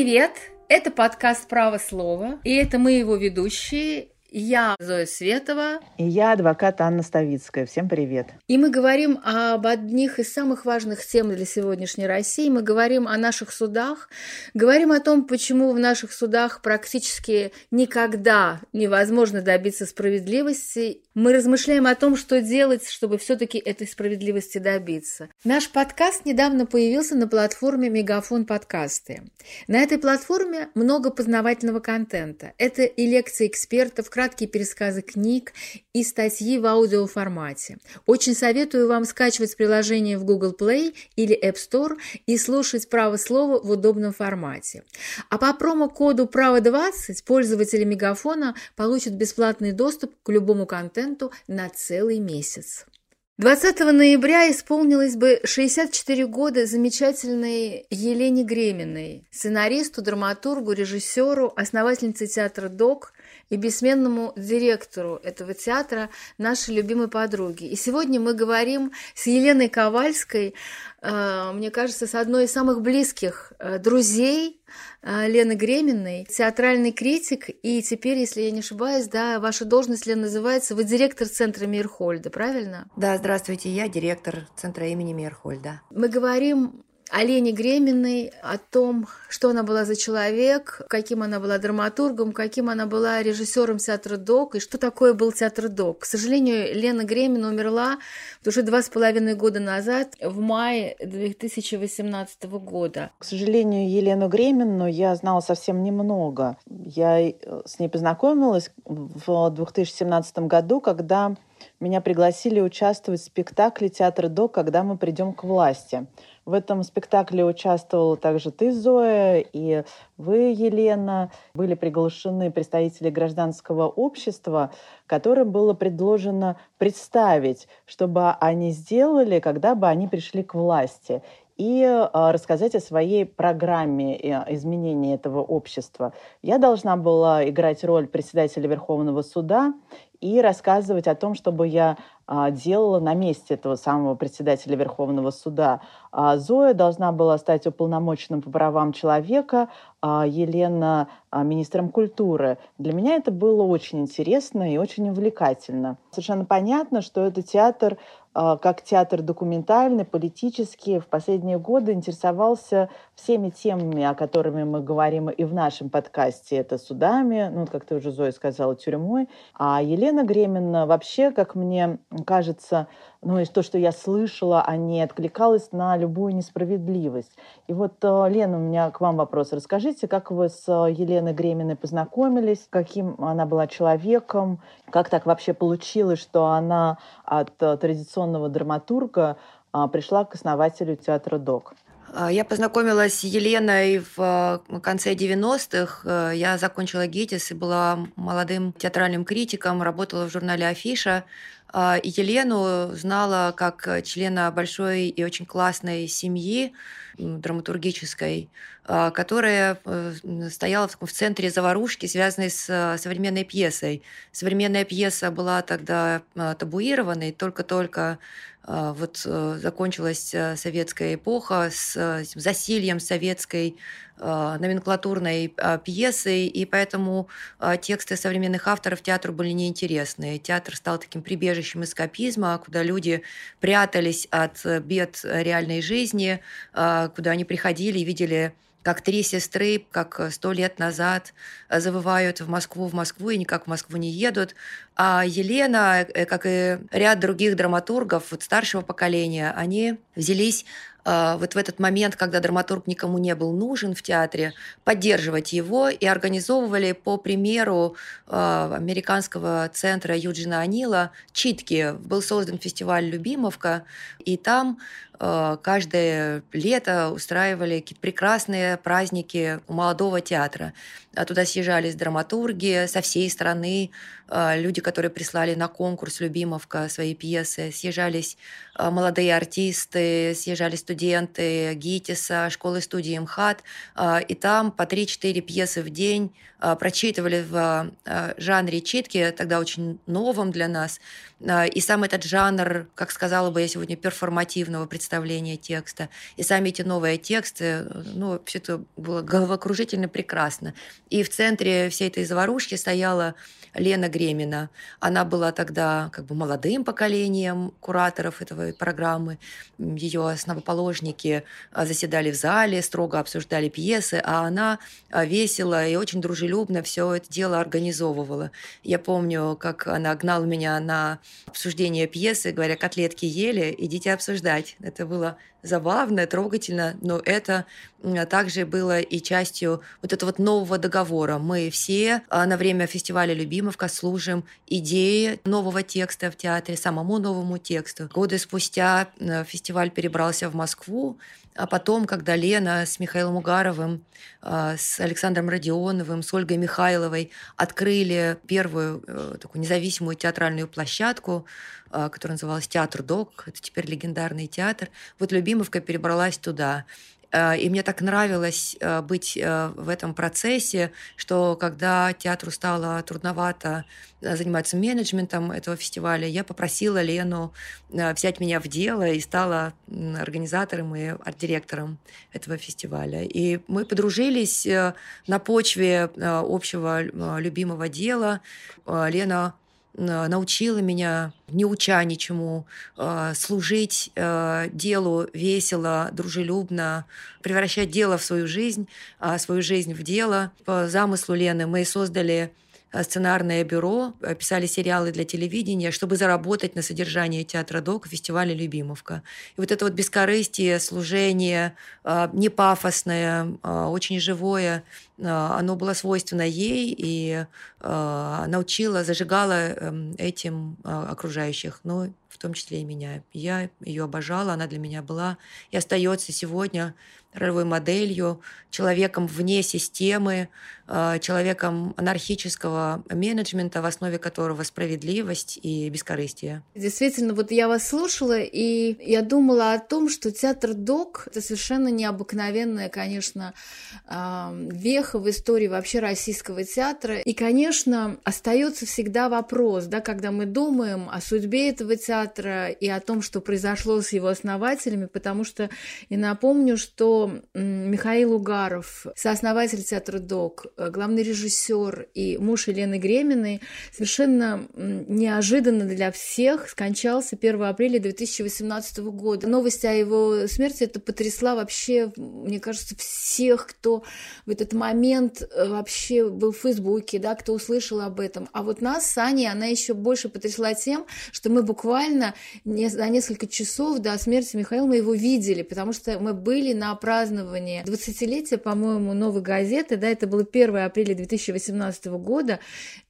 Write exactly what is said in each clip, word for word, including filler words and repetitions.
Привет! Это подкаст «Право слова», и это мы его ведущие. Я Зоя Светова. И я адвокат Анна Ставицкая. Всем привет. И мы говорим об одних из самых важных тем для сегодняшней России. Мы говорим о наших судах, говорим о том, почему в наших судах практически никогда невозможно добиться справедливости. Мы размышляем о том, что делать, чтобы все-таки этой справедливости добиться. Наш подкаст недавно появился на платформе Мегафон подкасты. На этой платформе много познавательного контента. Это и лекции экспертов, краткие пересказы книг и статьи в аудиоформате. Очень советую вам скачивать приложение в Google Play или App Store и слушать «Право слова» в удобном формате. А по промокоду право двадцать пользователи Мегафона получат бесплатный доступ к любому контенту на целый месяц. двадцатого ноября исполнилось бы шестьдесят четыре года замечательной Елене Греминой, сценаристу, драматургу, режиссеру, основательнице театра ДОК и бессменному директору этого театра, нашей любимой подруги. И сегодня мы говорим с Еленой Ковальской, э, мне кажется, с одной из самых близких э, друзей э, Лены Греминой, театральный критик, и теперь, если я не ошибаюсь, да, ваша должность, Лена, называется, вы директор Центра Мейерхольда, правильно? Да, здравствуйте, я директор Центра имени Мейерхольда. Мы говорим о Лене Греминой, о том, что она была за человек, каким она была драматургом, каким она была режиссером театра ДОК, и что такое был театр ДОК. К сожалению, Лена Гремина умерла уже два с половиной года назад, в мае две тысячи восемнадцатого года. К сожалению, Елену Гремину я знала совсем немного. Я с ней познакомилась в две тысячи семнадцатом году, когда меня пригласили участвовать в спектакле театра ДОК «Когда мы придем к власти». В этом спектакле участвовала также ты, Зоя, и вы, Елена. Были приглашены представители гражданского общества, которым было предложено представить, что бы они сделали, когда бы они пришли к власти, и рассказать о своей программе изменения этого общества. Я должна была играть роль председателя Верховного суда и рассказывать о том, что бы я делала на месте этого самого председателя Верховного суда. Зоя должна была стать уполномоченным по правам человека, Елена министром культуры. Для меня это было очень интересно и очень увлекательно. Совершенно понятно, что это театр, как театр документальный, политический, в последние годы интересовался всеми темами, о которых мы говорим и в нашем подкасте. Это судами, ну, как ты уже, Зоя, сказала, тюрьмой. А Елена Гремина вообще, как мне кажется, ну и то, что я слышала о ней, откликалась на любую несправедливость. И вот, Лена, у меня к вам вопрос. Расскажите, как вы с Еленой Греминой познакомились, каким она была человеком, как так вообще получилось, что она от традиционного драматурга пришла к основателю театра ДОК? Я познакомилась с Еленой в конце девяностых. Я закончила ГИТИС и была молодым театральным критиком, работала в журнале «Афиша». И Елену знала как члена большой и очень классной семьи драматургической, которая стояла в центре заварушки, связанной с современной пьесой. Современная пьеса была тогда табуированной, только-только вот закончилась советская эпоха с засильем советской номенклатурной пьесы, и поэтому тексты современных авторов театру были неинтересны. Театр стал таким прибежищем эскапизма, куда люди прятались от бед реальной жизни, куда они приходили и видели, как три сестры, как сто лет назад завывают в Москву, в Москву, и никак в Москву не едут. А Елена, как и ряд других драматургов вот старшего поколения, они взялись вот в этот момент, когда драматург никому не был нужен в театре, поддерживать его и организовывали по примеру американского центра Юджина Онилла читки. Был создан фестиваль «Любимовка», и там каждое лето устраивали какие-то прекрасные праздники у молодого театра. Туда съезжались драматурги со всей страны, люди, которые прислали на конкурс «Любимовка» свои пьесы. Съезжались молодые артисты, съезжались студенты ГИТИСа, школы-студии МХАТ. И там по три-четыре пьесы в день прочитывали в жанре читки, тогда очень новом для нас. И сам этот жанр, как сказала бы я сегодня, перформативного представления текста, и сами эти новые тексты, ну, все это было головокружительно прекрасно. И в центре всей этой заварушки стояла Лена Гремина. Она была тогда как бы молодым поколением кураторов этой программы. Ее основоположники заседали в зале, строго обсуждали пьесы, а она весело и очень дружелюбно все это дело организовывала. Я помню, как она гнала меня на обсуждение пьесы, говоря: котлетки ели, идите обсуждать. Это было забавно, трогательно, но это также было и частью вот этого вот нового договора. Мы все на время фестиваля «Любимовка» служим идее нового текста в театре, самому новому тексту. Годы спустя фестиваль перебрался в Москву, а потом, когда Лена с Михаилом Угаровым, с Александром Родионовым, с Ольгой Михайловой открыли первую такую независимую театральную площадку, которая называлась «Театр Док», это теперь легендарный театр, вот «Любимовка» перебралась туда. И мне так нравилось быть в этом процессе, что когда театру стало трудновато заниматься менеджментом этого фестиваля, я попросила Лену взять меня в дело и стала организатором и арт-директором этого фестиваля. И мы подружились на почве общего любимого дела. Лена научила меня, не уча ничему, служить делу весело, дружелюбно, превращать дело в свою жизнь, свою жизнь в дело. По замыслу Лены мы создали сценарное бюро, писали сериалы для телевидения, чтобы заработать на содержание театра Док и фестиваля «Любимовка». И вот это вот бескорыстие, служение, не пафосное, очень живое, оно было свойственно ей, и научила, зажигала этим окружающих, ну, в том числе и меня. Я ее обожала, она для меня была и остается сегодня ролевой моделью, человеком вне системы, человеком анархического менеджмента, в основе которого справедливость и бескорыстие. Действительно, вот я вас слушала, и я думала о том, что театр Док — это совершенно необыкновенная, конечно, веха в истории вообще российского театра. И, конечно, остается всегда вопрос, да, когда мы думаем о судьбе этого театра и о том, что произошло с его основателями, потому что, и напомню, что Михаил Угаров, сооснователь театра Док, главный режиссер и муж Елены Греминой, совершенно неожиданно для всех скончался первого апреля две тысячи восемнадцатого года. Новость о его смерти это потрясла вообще, мне кажется, всех, кто в этот момент вообще был в Фейсбуке, да, кто услышал об этом. А вот нас с Аней она еще больше потрясла тем, что мы буквально за несколько часов до смерти Михаила мы его видели, потому что мы были на праздновании двадцатилетия, по-моему, «Новой газеты», да, это было первого апреля две тысячи восемнадцатого года,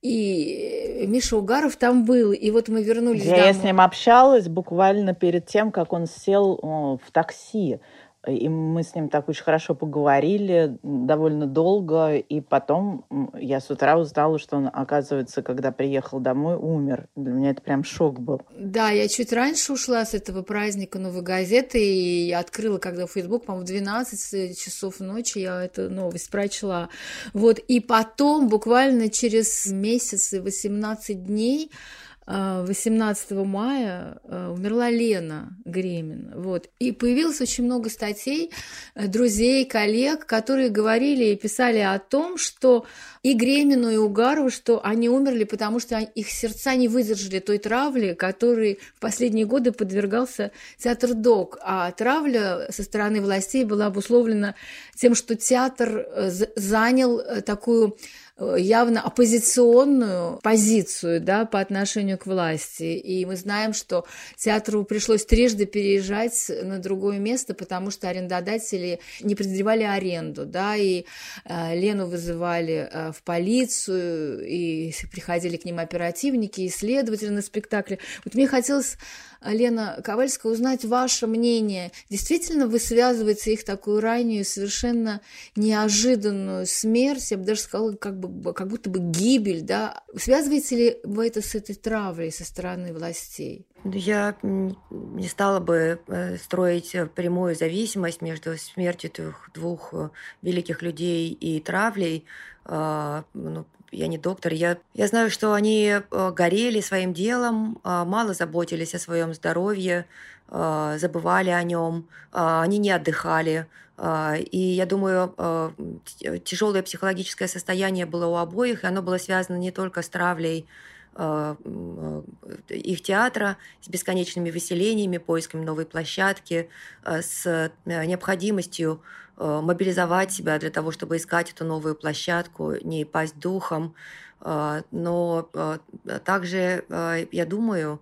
и Миша Угаров там был, и вот мы вернулись я, домой. Я с ним общалась буквально перед тем, как он сел в такси. И мы с ним так очень хорошо поговорили довольно долго. И потом я с утра узнала, что он, оказывается, когда приехал домой, умер. Для меня это прям шок был. Да, я чуть раньше ушла с этого праздника «Новой газеты» и открыла, когда в Facebook, по-моему, в двенадцать часов ночи я эту новость прочла. Вот. И потом, буквально через месяц и восемнадцать дней, восемнадцатого мая умерла Лена Гремина. Вот. И появилось очень много статей друзей, коллег, которые говорили и писали о том, что и Гремину, и Угарову, что они умерли, потому что их сердца не выдержали той травли, которой в последние годы подвергался театр Док. А травля со стороны властей была обусловлена тем, что театр занял такую явно оппозиционную позицию, да, по отношению к власти. И мы знаем, что театру пришлось трижды переезжать на другое место, потому что арендодатели не предъявляли аренду, да, и э, Лену вызывали э, в полицию, и приходили к ним оперативники, исследователи на спектакле. Вот мне хотелось, Лена Ковальская, узнать ваше мнение. Действительно, вы связываете их такую раннюю, совершенно неожиданную смерть, я бы даже сказала, как, бы, как будто бы гибель, да? Связываете ли вы это с этой травлей со стороны властей? Я не стала бы строить прямую зависимость между смертью двух, двух великих людей и травлей. Ну, я не доктор. Я, я знаю, что они горели своим делом, мало заботились о своем здоровье, забывали о нем, они не отдыхали. И я думаю, тяжелое психологическое состояние было у обоих, и оно было связано не только с травлей их театра, с бесконечными выселениями, поисками новой площадки, с необходимостью мобилизовать себя для того, чтобы искать эту новую площадку, не пасть духом. Но также, я думаю,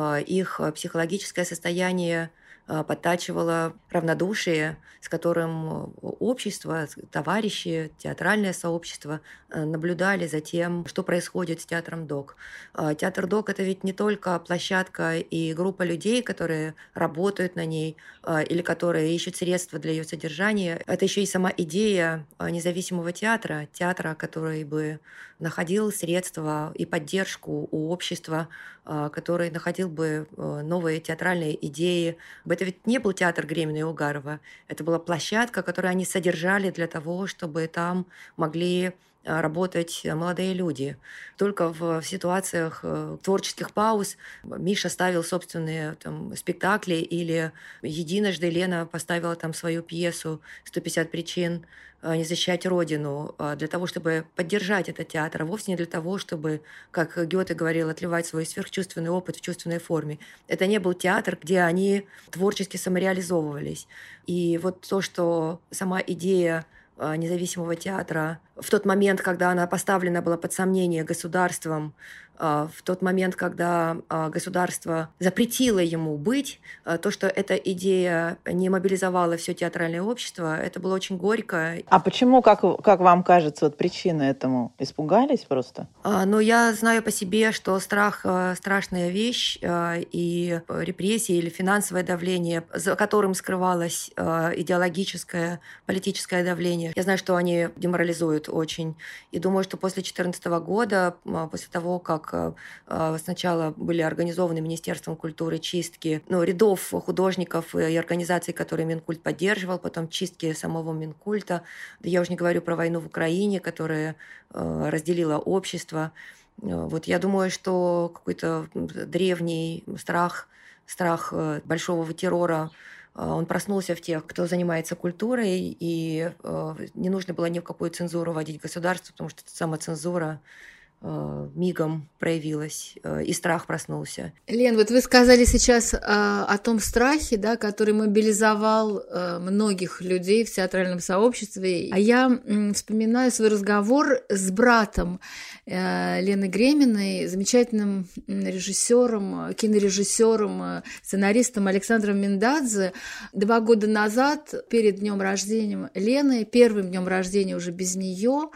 их психологическое состояние подтачивало равнодушие, с которым общество, товарищи, театральное сообщество наблюдали за тем, что происходит с театром ДОК. Театр ДОК – это ведь не только площадка и группа людей, которые работают на ней или которые ищут средства для ее содержания. Это еще и сама идея независимого театра, театра, который бы находил средства и поддержку у общества, который находил бы новые театральные идеи. Это ведь не был театр Гремина и Угарова, это была площадка, которую они содержали для того, чтобы там могли работать молодые люди. Только в ситуациях творческих пауз Миша ставил собственные там, спектакли, или единожды Лена поставила там свою пьесу «сто пятьдесят причин не защищать Родину», для того, чтобы поддержать этот театр, а вовсе не для того, чтобы, как Гёте говорил, отливать свой сверхчувственный опыт в чувственной форме. Это не был театр, где они творчески самореализовывались. И вот то, что сама идея независимого театра в тот момент, когда она поставлена была под сомнение государством, в тот момент, когда государство запретило ему быть, то, что эта идея не мобилизовала все театральное общество, это было очень горько. А почему, как, как вам кажется, вот причина этому? Испугались просто? Но я знаю по себе, что страх – страшная вещь, и репрессии или финансовое давление, за которым скрывалось идеологическое, политическое давление. Я знаю, что они деморализуют очень. И думаю, что после две тысячи четырнадцатого года, после того, как сначала были организованы Министерством культуры чистки ну, рядов художников и организаций, которые Минкульт поддерживал, потом чистки самого Минкульта. Я уже не говорю про войну в Украине, которая разделила общество. Вот я думаю, что какой-то древний страх, страх большого террора, он проснулся в тех, кто занимается культурой, и не нужно было ни в какую цензуру вводить государство, потому что самоцензура мигом проявилась, и страх проснулся. Лен, вот вы сказали сейчас а, о том страхе, да, который мобилизовал а, многих людей в театральном сообществе. А я м, вспоминаю свой разговор с братом а, Лены Греминой, замечательным режиссером, кинорежиссером, сценаристом Александром Миндадзе. Два года назад, перед днем рождения Лены, первым днем рождения уже без нее,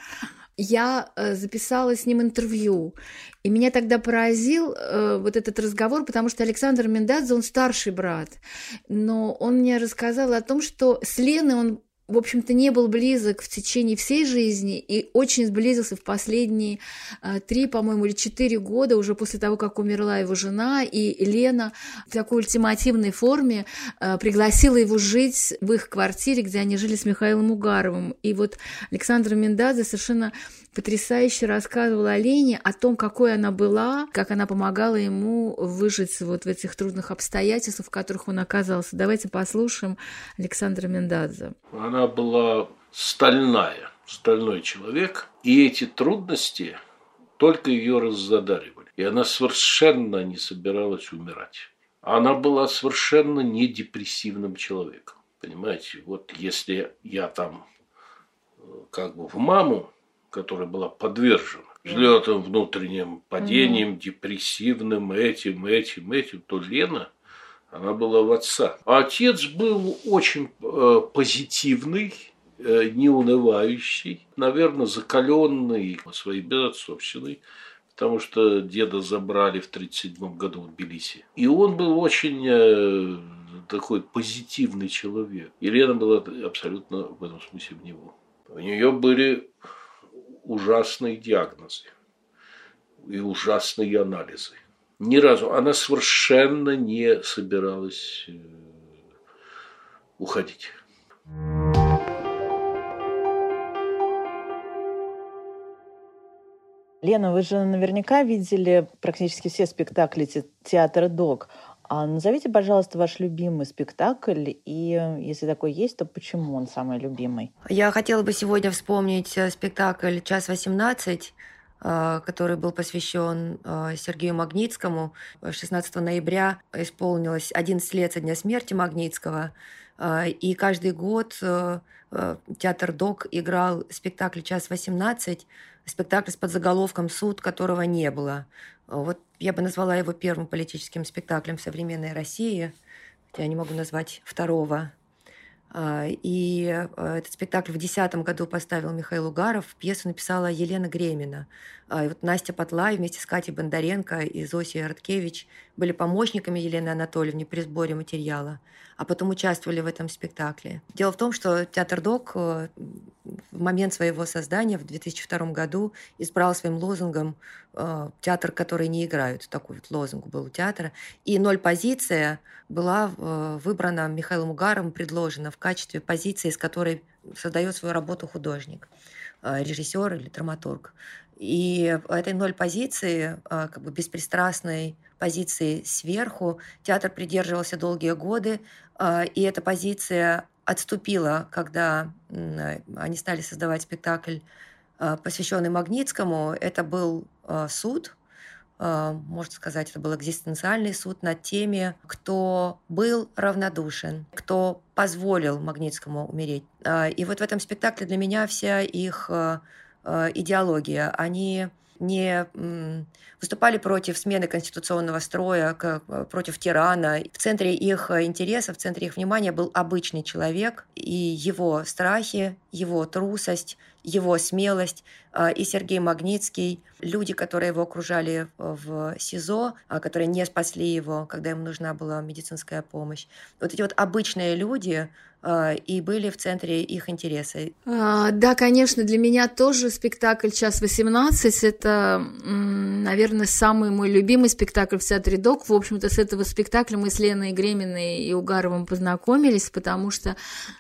я записала с ним интервью, и меня тогда поразил э, вот этот разговор, потому что Александр Миндадзе, он старший брат, но он мне рассказал о том, что с Леной он, в общем-то, не был близок в течение всей жизни и очень сблизился в последние э, три, по-моему, или четыре года, уже после того, как умерла его жена, и Лена в такой ультимативной форме э, пригласила его жить в их квартире, где они жили с Михаилом Угаровым. И вот Александр Миндадзе совершенно потрясающе рассказывала о Лене, о том, какой она была, как она помогала ему выжить вот в этих трудных обстоятельствах, в которых он оказался. Давайте послушаем Александра Миндадзе. Она была стальная, стальной человек, и эти трудности только ее раззадаривали. И она совершенно не собиралась умирать. Она была совершенно не депрессивным человеком. Понимаете, вот если я там как бы в маму которая была подвержена взлетам, внутренним падениям, mm-hmm. депрессивным, этим, этим, этим, то Лена, она была в отца. А отец был очень э, позитивный, э, неунывающий, наверное, закаленный своей безотцовщиной, потому что деда забрали в тридцать седьмом году в Тбилиси. И он был очень э, такой позитивный человек. Елена была абсолютно в этом смысле в него. У нее были ужасные диагнозы и ужасные анализы. Ни разу она совершенно не собиралась уходить. Лена, вы же наверняка видели практически все спектакли театра ДОК. А назовите, пожалуйста, ваш любимый спектакль, и если такой есть, то почему он самый любимый? Я хотела бы сегодня вспомнить спектакль «Час восемнадцать», который был посвящен Сергею Магнитскому. шестнадцатого ноября исполнилось одиннадцать лет со дня смерти Магнитского, и каждый год театр ДОК играл спектакль «Час восемнадцать», спектакль с подзаголовком «Суд, которого не было». Вот я бы назвала его первым политическим спектаклем в современной России, хотя я не могу назвать второго. И этот спектакль в две тысячи десятом году поставил Михаил Угаров, пьесу написала Елена Гремина. И вот Настя Потлай вместе с Катей Бондаренко и Зосей Радкевич были помощниками Елены Анатольевны при сборе материала, а потом участвовали в этом спектакле. Дело в том, что театр ДОК в момент своего создания в две тысячи втором году избрал своим лозунгом «Театр, который не играют». Такой вот лозунг был у театра. И «Ноль позиция» была выбрана Михаилом Угаровым, предложена в качестве позиции, с которой создает свою работу художник, режиссер или драматург. И этой ноль позиции, как бы беспристрастной позиции сверху, театр придерживался долгие годы, и эта позиция отступила, когда они стали создавать спектакль, посвященный Магнитскому. Это был суд, можно сказать, это был экзистенциальный суд над теми, кто был равнодушен, кто позволил Магнитскому умереть. И вот в этом спектакле для меня вся их идеология. Они не выступали против смены конституционного строя, против тирана. В центре их интереса, в центре их внимания был обычный человек и его страхи, его трусость, его смелость. И Сергей Магнитский, люди, которые его окружали в СИЗО, которые не спасли его, когда им нужна была медицинская помощь. Вот эти вот обычные люди и были в центре их интереса. А, да, конечно, для меня тоже спектакль «Час восемнадцать» — это, наверное, самый мой любимый спектакль в театре ДОК. В общем-то, с этого спектакля мы с Леной Греминой и Угаровым познакомились, потому что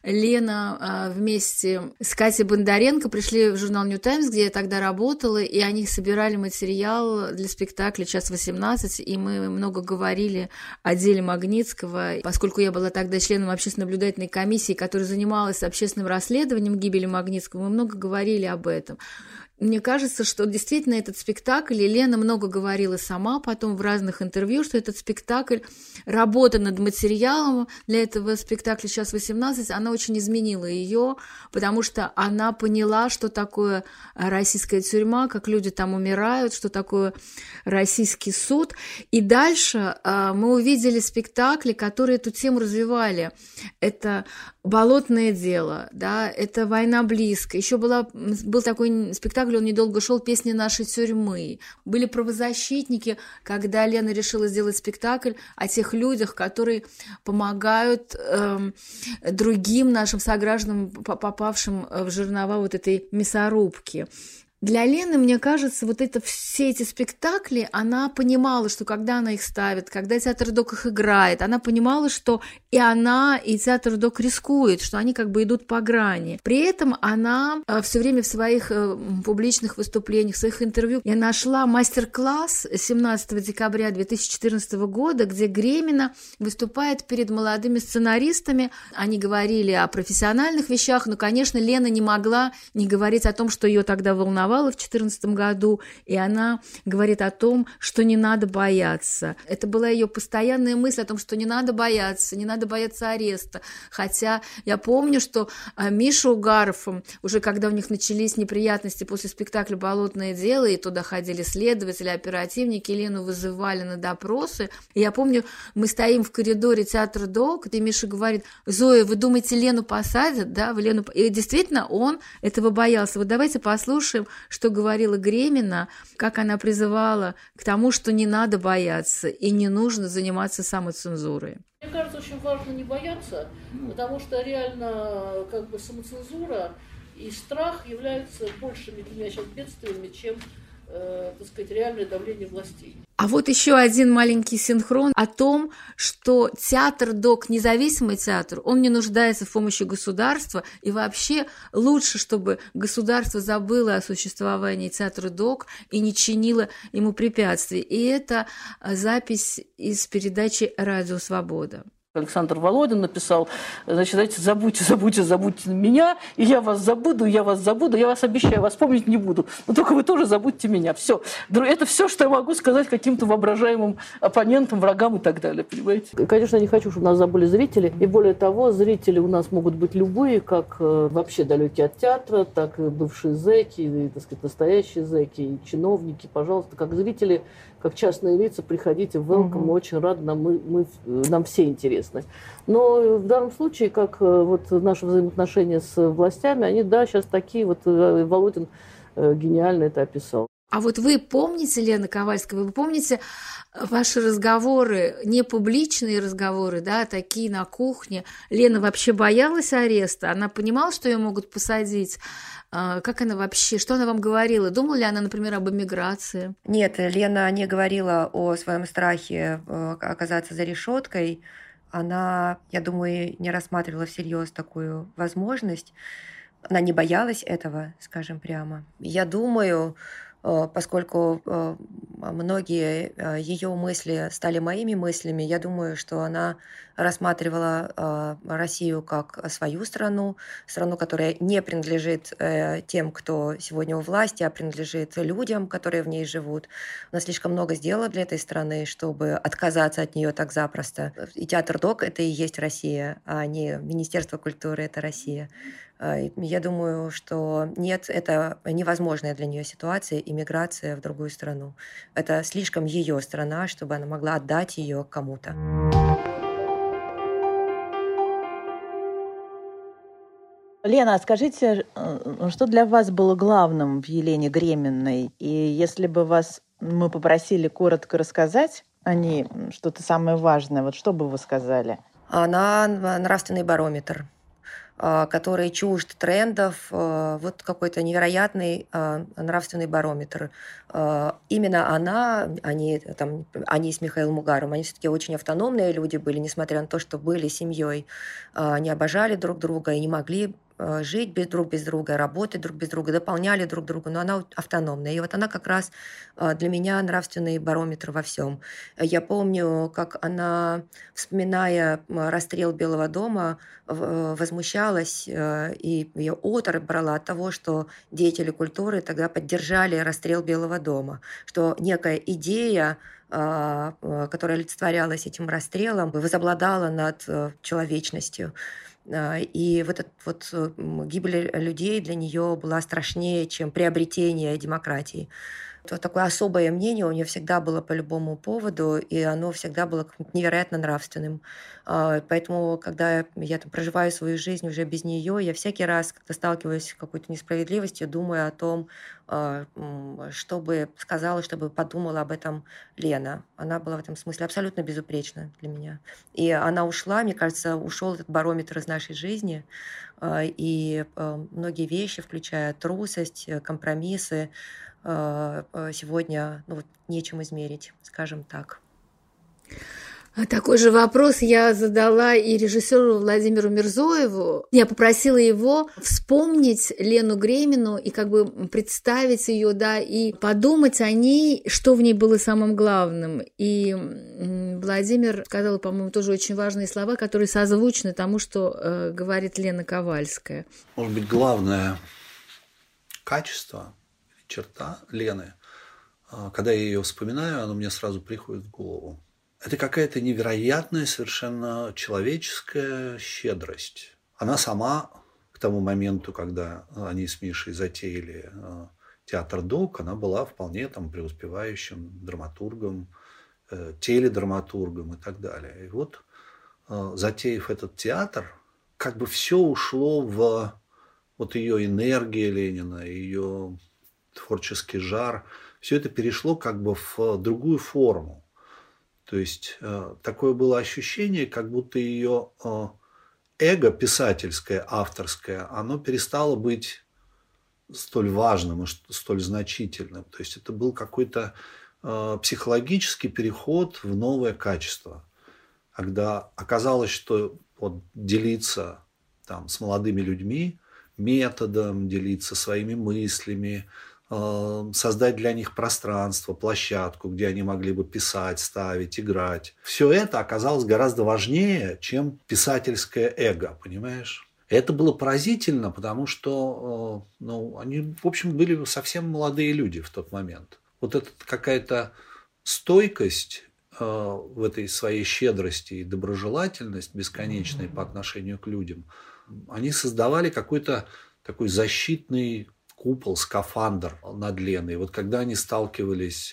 Лена вместе с Катей Бондаренко пришли в журнал «Нью Таймс», где я тогда работала, и они собирали материал для спектакля «Час восемнадцать», и мы много говорили о деле Магнитского, поскольку я была тогда членом общественно-наблюдательной комиссии, комиссии, которая занималась общественным расследованием гибели Магнитского, мы много говорили об этом. Мне кажется, что действительно этот спектакль, и Лена много говорила сама потом в разных интервью, что этот спектакль, работа над материалом для этого спектакля «Час восемнадцать», она очень изменила ее, потому что она поняла, что такое российская тюрьма, как люди там умирают, что такое российский суд. И дальше мы увидели спектакли, которые эту тему развивали. Это «Болотное дело», да, это «Война близко». Еще была, был такой спектакль, он недолго шел, «Песни нашей тюрьмы». Были правозащитники, когда Лена решила сделать спектакль о тех людях, которые помогают э, другим нашим согражданам, попавшим в жернова вот этой мясорубки. Для Лены, мне кажется, вот это, все эти спектакли, она понимала, что когда она их ставит, когда театр ДОК их играет, она понимала, что и она, и театр ДОК рискуют, что они как бы идут по грани. При этом она все время в своих публичных выступлениях, в своих интервью, я нашла мастер-класс семнадцатого декабря две тысячи четырнадцатого года, где Гремина выступает перед молодыми сценаристами. Они говорили о профессиональных вещах, но, конечно, Лена не могла не говорить о том, что ее тогда волновало, миновало в две тысячи четырнадцатом году, и она говорит о том, что не надо бояться. Это была ее постоянная мысль о том, что не надо бояться, не надо бояться ареста. Хотя я помню, что Миша Угаров, уже когда у них начались неприятности после спектакля «Болотное дело», и туда ходили следователи, оперативники, Лену вызывали на допросы. И я помню, мы стоим в коридоре театра ДОК, и Миша говорит: «Зоя, вы думаете, Лену посадят?» Да, в Лену... И действительно, он этого боялся. Вот давайте послушаем, что говорила Гремина, как она призывала к тому, что не надо бояться и не нужно заниматься самоцензурой. Мне кажется, очень важно не бояться, потому что реально как бы самоцензура и страх являются большими для меня сейчас бедствиями, чем, э, так сказать, реальное давление властей. А вот еще один маленький синхрон о том, что театр ДОК, независимый театр, он не нуждается в помощи государства, и вообще лучше, чтобы государство забыло о существовании театра ДОК и не чинило ему препятствий. И это запись из передачи «Радио Свобода». Александр Володин написал, значит, знаете, забудьте, забудьте, забудьте меня, и я вас забуду, я вас забуду, я вас обещаю, вас помнить не буду, но только вы тоже забудьте меня. Все. Это все, что я могу сказать каким-то воображаемым оппонентам, врагам и так далее, понимаете? Конечно, я не хочу, чтобы нас забыли зрители, и более того, зрители у нас могут быть любые, как вообще далекие от театра, так и бывшие зэки, и, так сказать, настоящие зэки, и чиновники, пожалуйста, как зрители, как частные лица, приходите в welcome, мы очень рады, нам, мы, мы, нам все интересны. Но в данном случае, как вот наши взаимоотношения с властями, они, да, сейчас такие, вот Володин гениально это описал. А вот вы помните, Лена Ковальская, вы помните ваши разговоры, не публичные разговоры, да, такие на кухне? Лена вообще боялась ареста? Она понимала, что ее могут посадить? Как она вообще, что она вам говорила? Думала ли она, например, об эмиграции? Нет, Лена не говорила о своем страхе оказаться за решеткой. Она, я думаю, не рассматривала всерьез такую возможность. Она не боялась этого, скажем прямо. Я думаю, поскольку многие ее мысли стали моими мыслями, я думаю, что она рассматривала Россию как свою страну, страну, которая не принадлежит тем, кто сегодня у власти, а принадлежит людям, которые в ней живут. Она слишком много сделала для этой страны, чтобы отказаться от нее так запросто. И театр ДОК — это и есть Россия, а не Министерство культуры — это Россия. Я думаю, что нет, это невозможная для нее ситуация, иммиграция в другую страну. Это слишком ее страна, чтобы она могла отдать ее кому-то. Лена, а скажите, что для вас было главным в Елене Греминой? И если бы вас мы попросили коротко рассказать о ней что-то самое важное, вот что бы вы сказали? Она нравственный барометр, который чужд трендов, вот какой-то невероятный нравственный барометр. Именно она, они, там, они с Михаилом Угаровым, они все-таки очень автономные люди были, несмотря на то, что были семьей. Они обожали друг друга и не могли жить без друг без друга, работать друг без друга, дополняли друг друга, но она автономная. И вот она как раз для меня нравственный барометр во всем. Я помню, как она, вспоминая расстрел Белого дома, возмущалась, и ее оторопь брала от того, что деятели культуры тогда поддержали расстрел Белого дома, что некая идея, которая олицетворялась этим расстрелом, возобладала над человечностью. И вот эта вот гибель людей для нее была страшнее, чем приобретение демократии. Вот такое особое мнение у нее всегда было по любому поводу, и оно всегда было невероятно нравственным. Поэтому, когда я там проживаю свою жизнь уже без нее, я всякий раз, когда сталкиваюсь с какой-то несправедливостью, думаю о том, что бы сказала, что бы подумала об этом Лена. Она была в этом смысле абсолютно безупречна для меня. И она ушла, мне кажется, ушел этот барометр из нашей жизни, и многие вещи, включая трусость, компромиссы, сегодня ну, вот, нечем измерить, скажем так. Такой же вопрос я задала и режиссеру Владимиру Мирзоеву. Я попросила его вспомнить Лену Гремину и как бы представить ее, да, и подумать о ней, что в ней было самым главным. И Владимир сказал, по-моему, тоже очень важные слова, которые созвучны тому, что э, говорит Лена Ковальская. Может быть, главное качество, черта Лены. Когда я ее вспоминаю, она мне сразу приходит в голову. Это какая-то невероятная, совершенно человеческая щедрость. Она сама к тому моменту, когда они с Мишей затеяли театр ДОК, она была вполне там преуспевающим драматургом, теледраматургом и так далее. И вот, затеяв этот театр, как бы все ушло в вот ее энергия Ленина, ее творческий жар. Все это перешло как бы в другую форму. То есть такое было ощущение, как будто ее эго писательское, авторское, оно перестало быть столь важным и столь значительным. То есть это был какой-то психологический переход в новое качество, когда оказалось, что вот делиться там с молодыми людьми методом, делиться своими мыслями, создать для них пространство, площадку, где они могли бы писать, ставить, играть. Все это оказалось гораздо важнее, чем писательское эго, понимаешь? Это было поразительно, потому что ну, они, в общем, были совсем молодые люди в тот момент. Вот эта какая-то стойкость в этой своей щедрости и доброжелательность бесконечной по отношению к людям, они создавали какой-то такой защитный купол, скафандр над Леной. Вот когда они сталкивались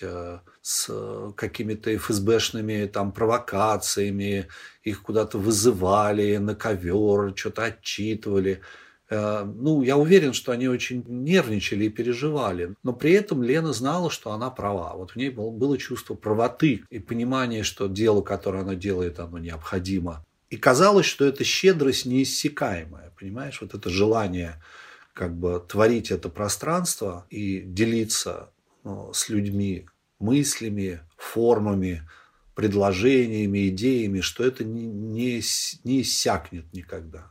с какими-то эф эс бэшными там провокациями, их куда-то вызывали на ковер, что-то отчитывали. Ну, я уверен, что они очень нервничали и переживали. Но при этом Лена знала, что она права. Вот в ней было чувство правоты и понимание, что дело, которое она делает, оно необходимо. И казалось, что эта щедрость неиссякаемая, понимаешь? Вот это желание как бы творить это пространство и делиться ну, с людьми мыслями, формами, предложениями, идеями, что это не, не, не иссякнет никогда.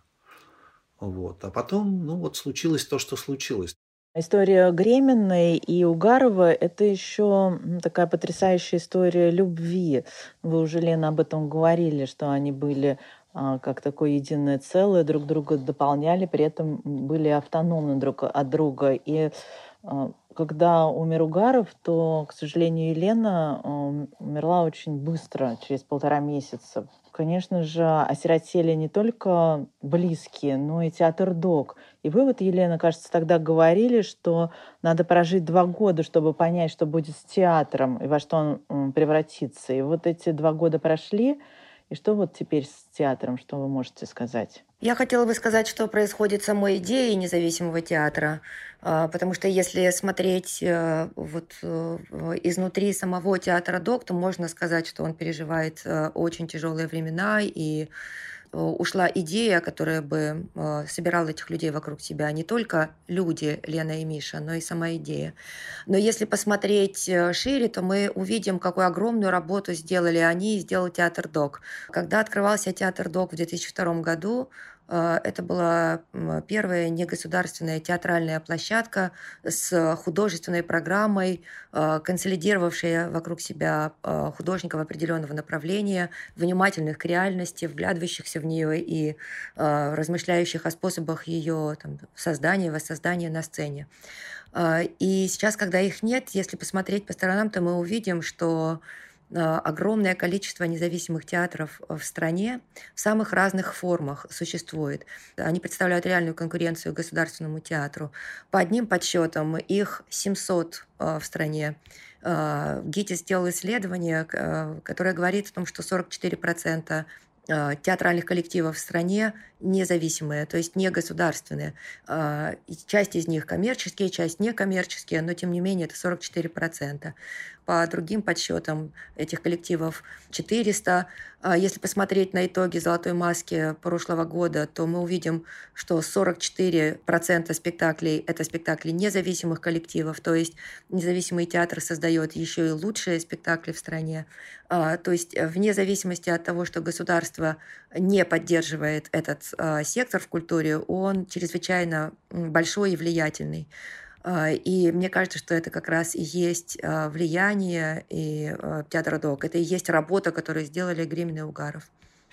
Вот. А потом, ну вот случилось то, что случилось. История Гременной и Угарова – это еще такая потрясающая история любви. Вы уже, Лена, об этом говорили, что они были а, как такое единое целое, друг друга дополняли, при этом были автономны друг от друга. И а, когда умер Угаров, то, к сожалению, Елена а, умерла очень быстро, через полтора месяца. Конечно же, осиротели не только близкие, но и театр ДОК. И вы вот, Елена, кажется, тогда говорили, что надо прожить два года, чтобы понять, что будет с театром и во что он превратится. И вот эти два года прошли, и что вот теперь с театром, что вы можете сказать? Я хотела бы сказать, что происходит с самой идеей независимого театра, потому что если смотреть вот изнутри самого театра ДОК, то можно сказать, что он переживает очень тяжелые времена, и ушла идея, которая бы собирала этих людей вокруг себя. Не только люди, Лена и Миша, но и сама идея. Но если посмотреть шире, то мы увидим, какую огромную работу сделали они и сделал театр ДОК. Когда открывался театр ДОК в две тысячи втором году, это была первая негосударственная театральная площадка с художественной программой, консолидировавшая вокруг себя художников определенного направления, внимательных к реальности, вглядывающихся в нее и размышляющих о способах ее там, создания, воссоздания на сцене. И сейчас, когда их нет, если посмотреть по сторонам, то мы увидим, что огромное количество независимых театров в стране в самых разных формах существует. Они представляют реальную конкуренцию государственному театру. По одним подсчетам их семьсот в стране. ГИТИС сделал исследование, которое говорит о том, что сорок четыре процента театральных коллективов в стране независимые, то есть не государственные. Часть из них коммерческие, часть некоммерческие, но тем не менее это сорок четыре процента. По другим подсчетам этих коллективов четыреста. Если посмотреть на итоги «Золотой маски» прошлого года, то мы увидим, что сорок четыре процента спектаклей – это спектакли независимых коллективов, то есть независимый театр создает еще и лучшие спектакли в стране. То есть вне зависимости от того, что государство не поддерживает этот сектор в культуре, он чрезвычайно большой и влиятельный. И мне кажется, что это как раз и есть влияние и театра ДОК. Это и есть работа, которую сделали Гремина и Угаров.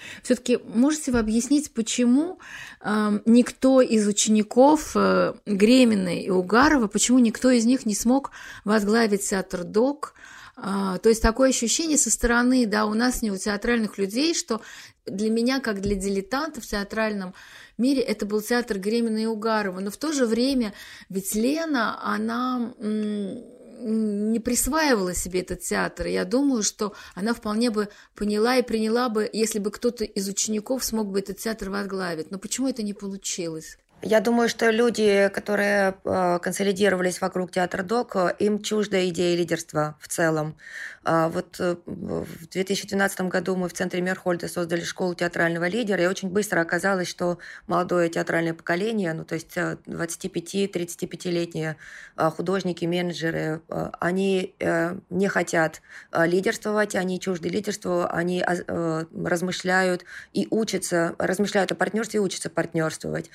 Все-таки можете вы объяснить, почему э, никто из учеников э, Греминой и Угарова, почему никто из них не смог возглавить театр ДОК? Э, то есть такое ощущение со стороны, да, у нас не у театральных людей, что для меня, как для дилетанта в театральном мире, это был театр Греминой и Угарова. Но в то же время ведь Лена, она... М- не присваивала себе этот театр. Я думаю, что она вполне бы поняла и приняла бы, если бы кто-то из учеников смог бы этот театр возглавить. Но почему это не получилось? Я думаю, что люди, которые э, консолидировались вокруг театра ДОК, им чужда идея лидерства в целом. А вот э, в две тысячи двенадцатом году мы в центре Мерхольда создали школу театрального лидера, и очень быстро оказалось, что молодое театральное поколение, ну то есть двадцатипяти-тридцатипятилетние э, художники, менеджеры, э, они э, не хотят э, лидерствовать, они чужды лидерству, они э, размышляют и учатся, размышляют о партнерстве и учатся партнерствовать.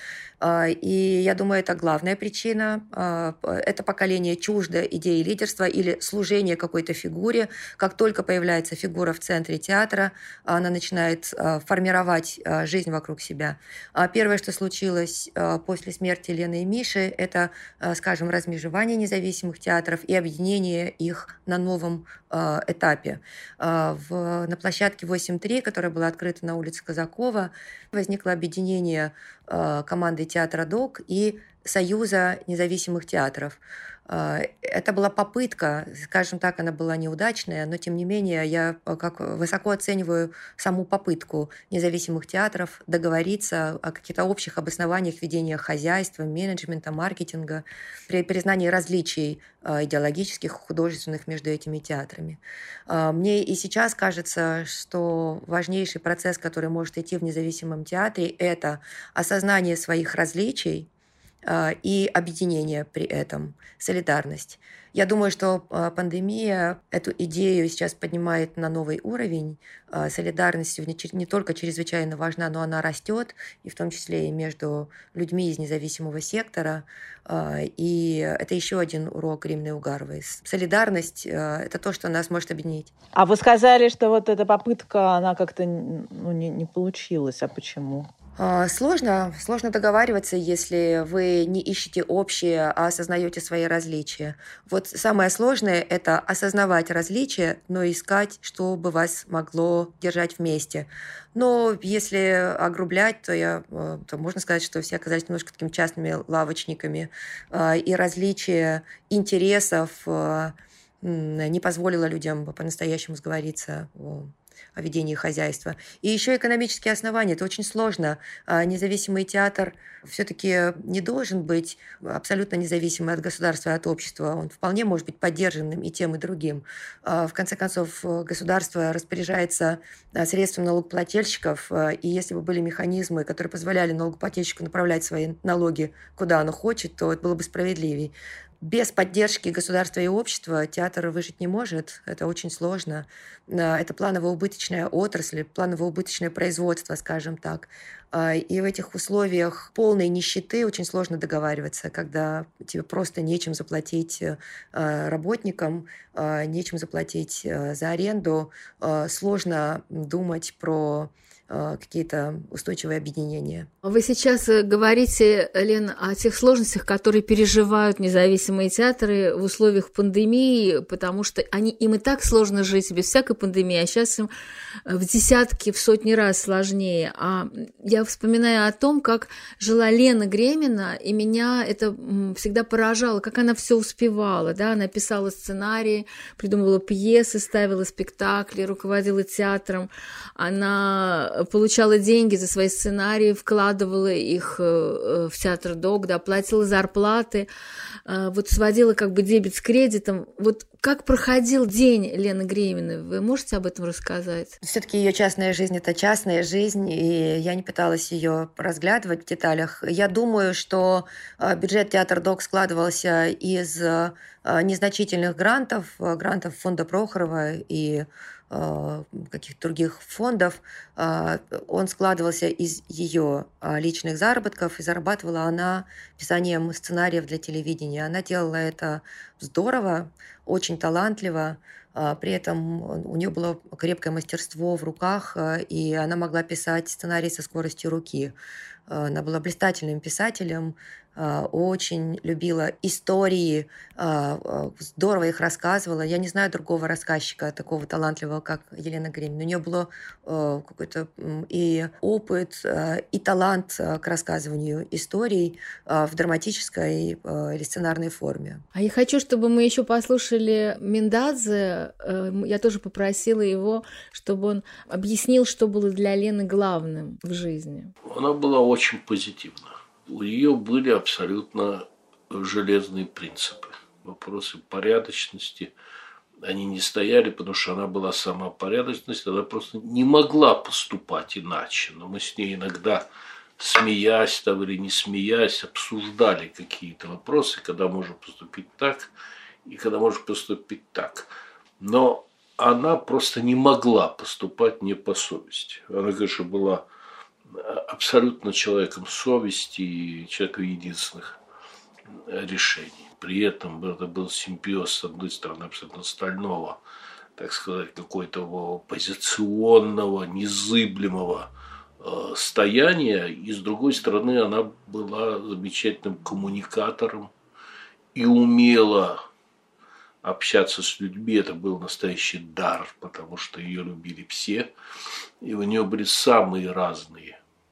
И я думаю, это главная причина. Это поколение чуждо идеи лидерства или служения какой-то фигуре. Как только появляется фигура в центре театра, она начинает формировать жизнь вокруг себя. Первое, что случилось после смерти Лены и Миши, это, скажем, размежевание независимых театров и объединение их на новом этапе. В, на площадке восемь три, которая была открыта на улице Казакова, возникло объединение команды театра ДОК и Союза независимых театров. Это была попытка, скажем так, она была неудачная, но тем не менее я как высоко оцениваю саму попытку независимых театров договориться о каких-то общих обоснованиях ведения хозяйства, менеджмента, маркетинга, при признании различий идеологических, художественных между этими театрами. Мне и сейчас кажется, что важнейший процесс, который может идти в независимом театре, это осознание своих различий и объединение при этом, солидарность. Я думаю, что пандемия эту идею сейчас поднимает на новый уровень. Солидарность сегодня не только чрезвычайно важна, но она растет, и в том числе и между людьми из независимого сектора. И это еще один урок Греминой и Угаровой. Солидарность – это то, что нас может объединить. А вы сказали, что вот эта попытка, она как-то ну, не, не получилась. А почему? Сложно, сложно договариваться, если вы не ищете общее, а осознаете свои различия. Вот самое сложное – это осознавать различия, но искать, что бы вас могло держать вместе. Но если огрублять, то, я, то можно сказать, что все оказались немножко такими частными лавочниками, и различия интересов не позволило людям по-настоящему сговориться о ведении хозяйства. И еще экономические основания. Это очень сложно. Независимый театр все-таки не должен быть абсолютно независимым от государства и от общества. Он вполне может быть поддержанным и тем, и другим. В конце концов, государство распоряжается средствами налогоплательщиков, и если бы были механизмы, которые позволяли налогоплательщику направлять свои налоги куда оно хочет, то это было бы справедливее. Без поддержки государства и общества театр выжить не может. Это очень сложно. Это планово-убыточная отрасль, планово-убыточное производство, скажем так. И в этих условиях полной нищеты очень сложно договариваться, когда тебе просто нечем заплатить работникам, нечем заплатить за аренду. Сложно думать про какие-то устойчивые объединения. Вы сейчас говорите, Лена, о тех сложностях, которые переживают независимые театры в условиях пандемии, потому что они, им и так сложно жить без всякой пандемии, а сейчас им в десятки, в сотни раз сложнее. А я вспоминаю о том, как жила Лена Гремина, и меня это всегда поражало, как она все успевала. Да? Она писала сценарии, придумывала пьесы, ставила спектакли, руководила театром. Она получала деньги за свои сценарии, вкладывала их в театр ДОК, да, платила зарплаты, вот сводила как бы дебет с кредитом. Вот как проходил день Лены Греминой? Вы можете об этом рассказать? Все-таки ее частная жизнь – это частная жизнь, и я не пыталась ее разглядывать в деталях. Я думаю, что бюджет театра ДОК складывался из незначительных грантов, грантов фонда Прохорова и каких-то других фондов. Он складывался из ее личных заработков, и зарабатывала она писанием сценариев для телевидения. Она делала это здорово, очень талантливо. При этом у нее было крепкое мастерство в руках, и она могла писать сценарий со скоростью руки. Она была блистательным писателем, очень любила истории, здорово их рассказывала. Я не знаю другого рассказчика такого талантливого, как Елена Гремина. У нее было какой-то и опыт, и талант к рассказыванию историй в драматической или сценарной форме. А я хочу, чтобы мы еще послушали Миндадзе. Я тоже попросила его, чтобы он объяснил, что было для Лены главным в жизни. Она была очень позитивна. У нее были абсолютно железные принципы. Вопросы порядочности, они не стояли, потому что она была сама порядочность, она просто не могла поступать иначе. Но мы с ней иногда, смеясь там, или не смеясь, обсуждали какие-то вопросы, когда можно поступить так и когда можно поступить так. Но она просто не могла поступать не по совести. Она, конечно, была абсолютно человеком совести и человеком единственных решений. При этом это был симбиоз, с одной стороны, абсолютно стального, так сказать, какой-то позиционного, незыблемого э, стояния, и с другой стороны, она была замечательным коммуникатором и умела общаться с людьми. Это был настоящий дар, потому что ее любили все, и у нее были самые разные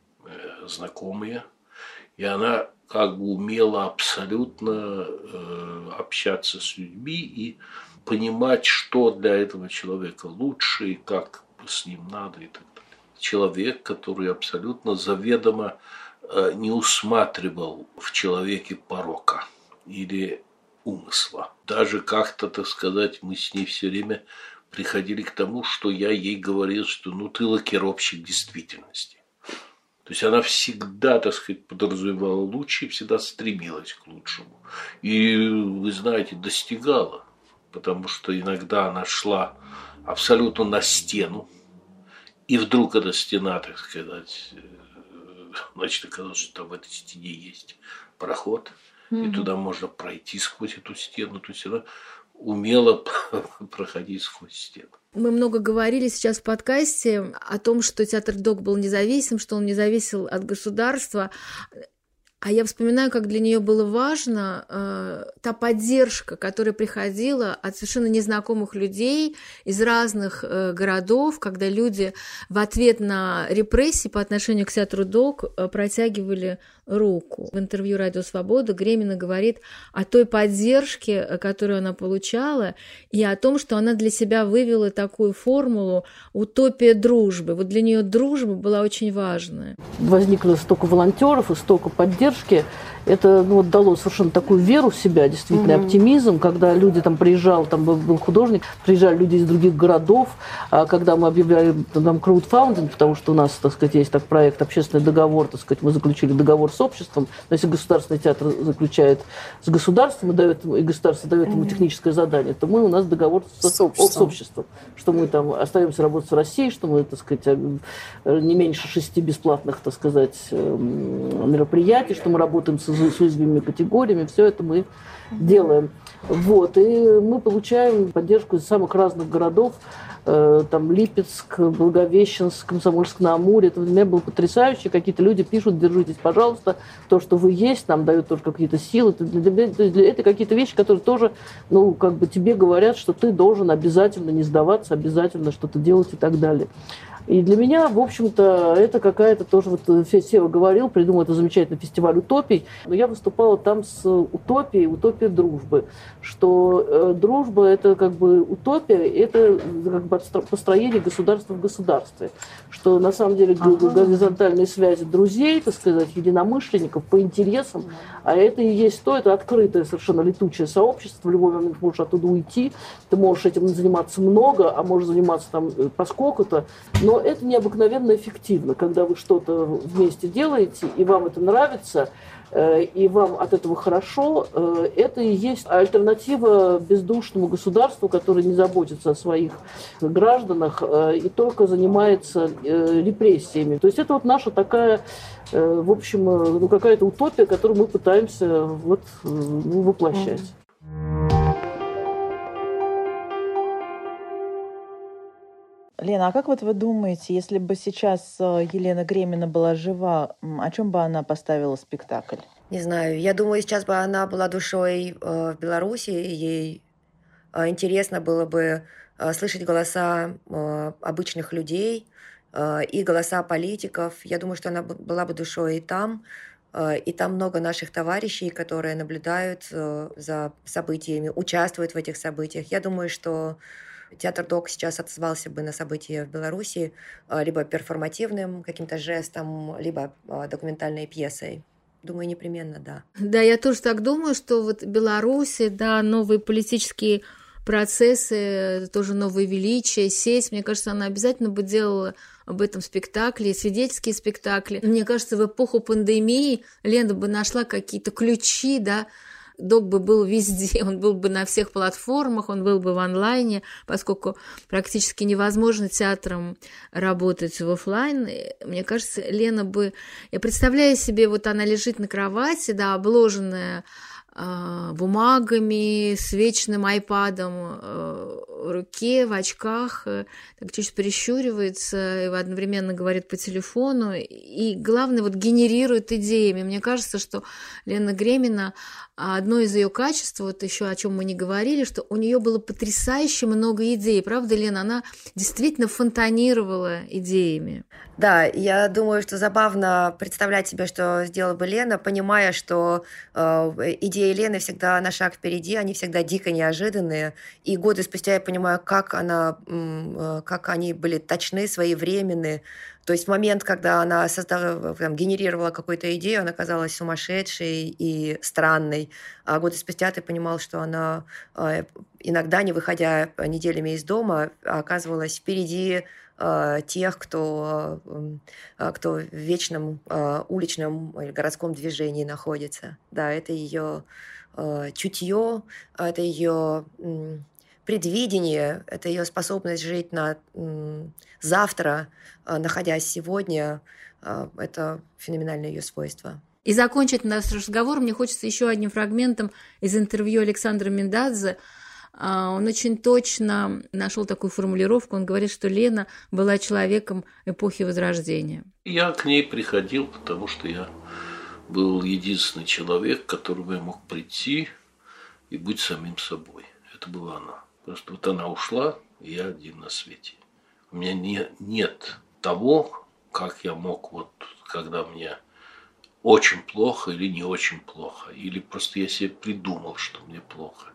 знакомые, и она как бы умела абсолютно э, общаться с людьми и понимать, что для этого человека лучше и как с ним надо и так далее. Человек, который абсолютно заведомо э, не усматривал в человеке порока или умысла. Даже как-то, так сказать, мы с ней все время приходили к тому, что я ей говорил, что ну ты лакировщик действительности. То есть она всегда, так сказать, подразумевала лучшее, всегда стремилась к лучшему. И, вы знаете, достигала. Потому что иногда она шла абсолютно на стену. И вдруг эта стена, так сказать, значит, оказалось, что там в этой стене есть проход. Mm-hmm. И туда можно пройти сквозь эту стену. То есть она умела проходить сквозь стену. Мы много говорили сейчас в подкасте о том, что театр ДОК был независим, что он не зависел от государства. А я вспоминаю, как для нее было важно э, та поддержка, которая приходила от совершенно незнакомых людей из разных э, городов, когда люди в ответ на репрессии по отношению к театру ДОК э, протягивали руку. В интервью «Радио Свобода» Гремина говорит о той поддержке, которую она получала, и о том, что она для себя вывела такую формулу «утопия дружбы». Вот для нее дружба была очень важная. Возникло столько волонтеров и столько поддержки. Это ну, дало совершенно такую веру в себя, действительно, mm-hmm. оптимизм, когда люди там приезжал, там был художник, приезжали люди из других городов, а когда мы объявляли там краудфандинг, потому что у нас, так сказать, есть так проект «Общественный договор», так сказать, мы заключили договор с обществом, но если государственный театр заключает с государством и, дает, и государство дает ему техническое задание, то мы у нас договор с, с, обществом. с обществом, что мы там остаемся работать в России, что мы, так сказать, не меньше шести бесплатных, так сказать, мероприятий, что мы работаем с с уязвимыми категориями, все это мы делаем. Вот. И мы получаем поддержку из самых разных городов, э, там Липецк, Благовещенск, Комсомольск-на-Амуре. Это для меня было потрясающе. Какие-то люди пишут: держитесь, пожалуйста, то, что вы есть, нам дают только какие-то силы. Это, для, для, это какие-то вещи, которые тоже, ну, как бы тебе говорят, что ты должен обязательно не сдаваться, обязательно что-то делать и так далее. И для меня, в общем-то, это какая-то тоже, вот Сева говорил, придумал этот замечательный фестиваль утопий, но я выступала там с утопией, утопией дружбы, что э, дружба – это как бы утопия, это как бы построение государства в государстве, что на самом деле ага. горизонтальные связи друзей, так сказать, единомышленников по интересам, а это и есть то, это открытое совершенно летучее сообщество, в любой момент можешь оттуда уйти, ты можешь этим заниматься много, а можешь заниматься там поскольку-то, но это необыкновенно эффективно, когда вы что-то вместе делаете, и вам это нравится, и вам от этого хорошо. Это и есть альтернатива бездушному государству, которое не заботится о своих гражданах и только занимается репрессиями. То есть это вот наша такая, в общем, ну, какая-то утопия, которую мы пытаемся вот, ну, воплощать. Лена, а как вот вы думаете, если бы сейчас Елена Гремина была жива, о чем бы она поставила спектакль? Не знаю, я думаю, сейчас бы она была душой э, в Беларуси, ей э, интересно было бы э, слышать голоса э, обычных людей э, и голоса политиков. Я думаю, что она б- была бы душой и там, э, и там много наших товарищей, которые наблюдают э, за событиями, участвуют в этих событиях. Я думаю, что театр ДОК сейчас отозвался бы на события в Беларуси э, либо перформативным каким-то жестом, либо э, документальной пьесой. Думаю, непременно, да. Да, я тоже так думаю, что вот Беларусь, да, новые политические процессы, тоже новые величия, сеть, мне кажется, она обязательно бы делала об этом спектакле, свидетельские спектакли. Мне кажется, в эпоху пандемии Лена бы нашла какие-то ключи, да, ДОК бы был везде, он был бы на всех платформах, он был бы в онлайне, поскольку практически невозможно театром работать в офлайн. Мне кажется, Лена бы... Я представляю себе, вот она лежит на кровати, да, обложенная э, бумагами, с вечным айпадом э, в руке, в очках, э, так чуть прищуривается и одновременно говорит по телефону. И главное, вот генерирует идеями. Мне кажется, что Лена Гремина, одно из ее качеств, вот еще о чем мы не говорили, что у нее было потрясающе много идей. Правда, Лена, она действительно фонтанировала идеями. Да, я думаю, что забавно представлять себе, что сделала бы Лена, понимая, что э, идеи Лены всегда на шаг впереди, они всегда дико неожиданные. И годы спустя я понимаю, как, она, э, как они были точны, своевременны. То есть в момент, когда она создала, там, генерировала какую-то идею, она казалась сумасшедшей и странной. А годы спустя ты понимал, что она, э, иногда, не выходя неделями из дома, оказывалась впереди э, тех, кто, э, кто в вечном э, уличном или городском движении находится. Да, это ее э, чутье, это ее... Э, предвидение, это ее способность жить на м, завтра, э, находясь сегодня, э, это феноменальное ее свойство. И закончить наш разговор мне хочется еще одним фрагментом из интервью Александра Миндадзе. Он очень точно нашел такую формулировку. Он говорит, что Лена была человеком эпохи Возрождения. Я к ней приходил, потому что я был единственный человек, к которому я мог прийти и быть самим собой. Это была она. Просто вот она ушла, и я один на свете. У меня не, нет того, как я мог, вот, когда мне очень плохо или не очень плохо. Или просто я себе придумал, что мне плохо.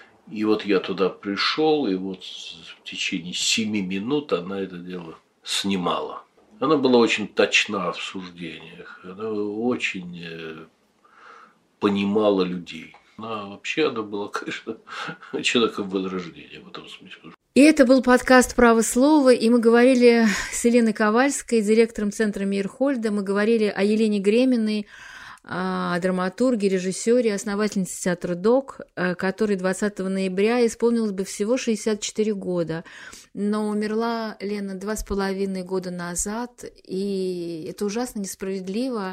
И вот я туда пришел, и вот в течение семи минут она это дело снимала. Она была очень точна в суждениях. Она очень понимала людей. Она вообще, она была, конечно, человеком Возрождения в этом смысле. И это был подкаст «Право слова», и мы говорили с Еленой Ковальской, директором центра Мейерхольда. Мы говорили о Елене Греминой, о драматурге, режиссере, основательнице театра ДОК, которой двадцатого ноября исполнилось бы всего шестьдесят четыре года. Но умерла Лена два с половиной года назад, и это ужасно несправедливо.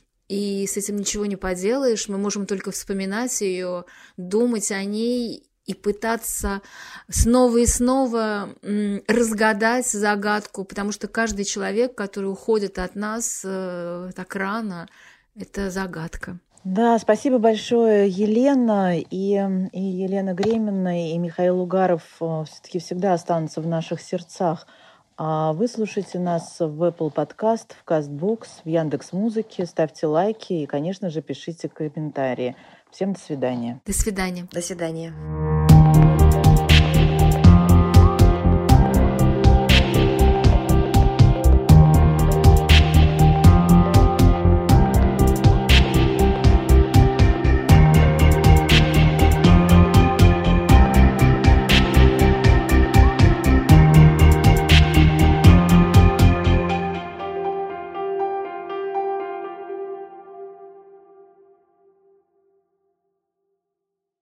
И с этим ничего не поделаешь, мы можем только вспоминать ее, думать о ней и пытаться снова и снова разгадать загадку, потому что каждый человек, который уходит от нас так рано, это загадка. Да, спасибо большое, Елена. И, и Елена Гремина, и Михаил Угаров все-таки всегда останутся в наших сердцах. А вы слушайте нас в Apple Podcast, в CastBox, в Яндекс.Музыке. Ставьте лайки и, конечно же, пишите комментарии. Всем до свидания. До свидания. До свидания.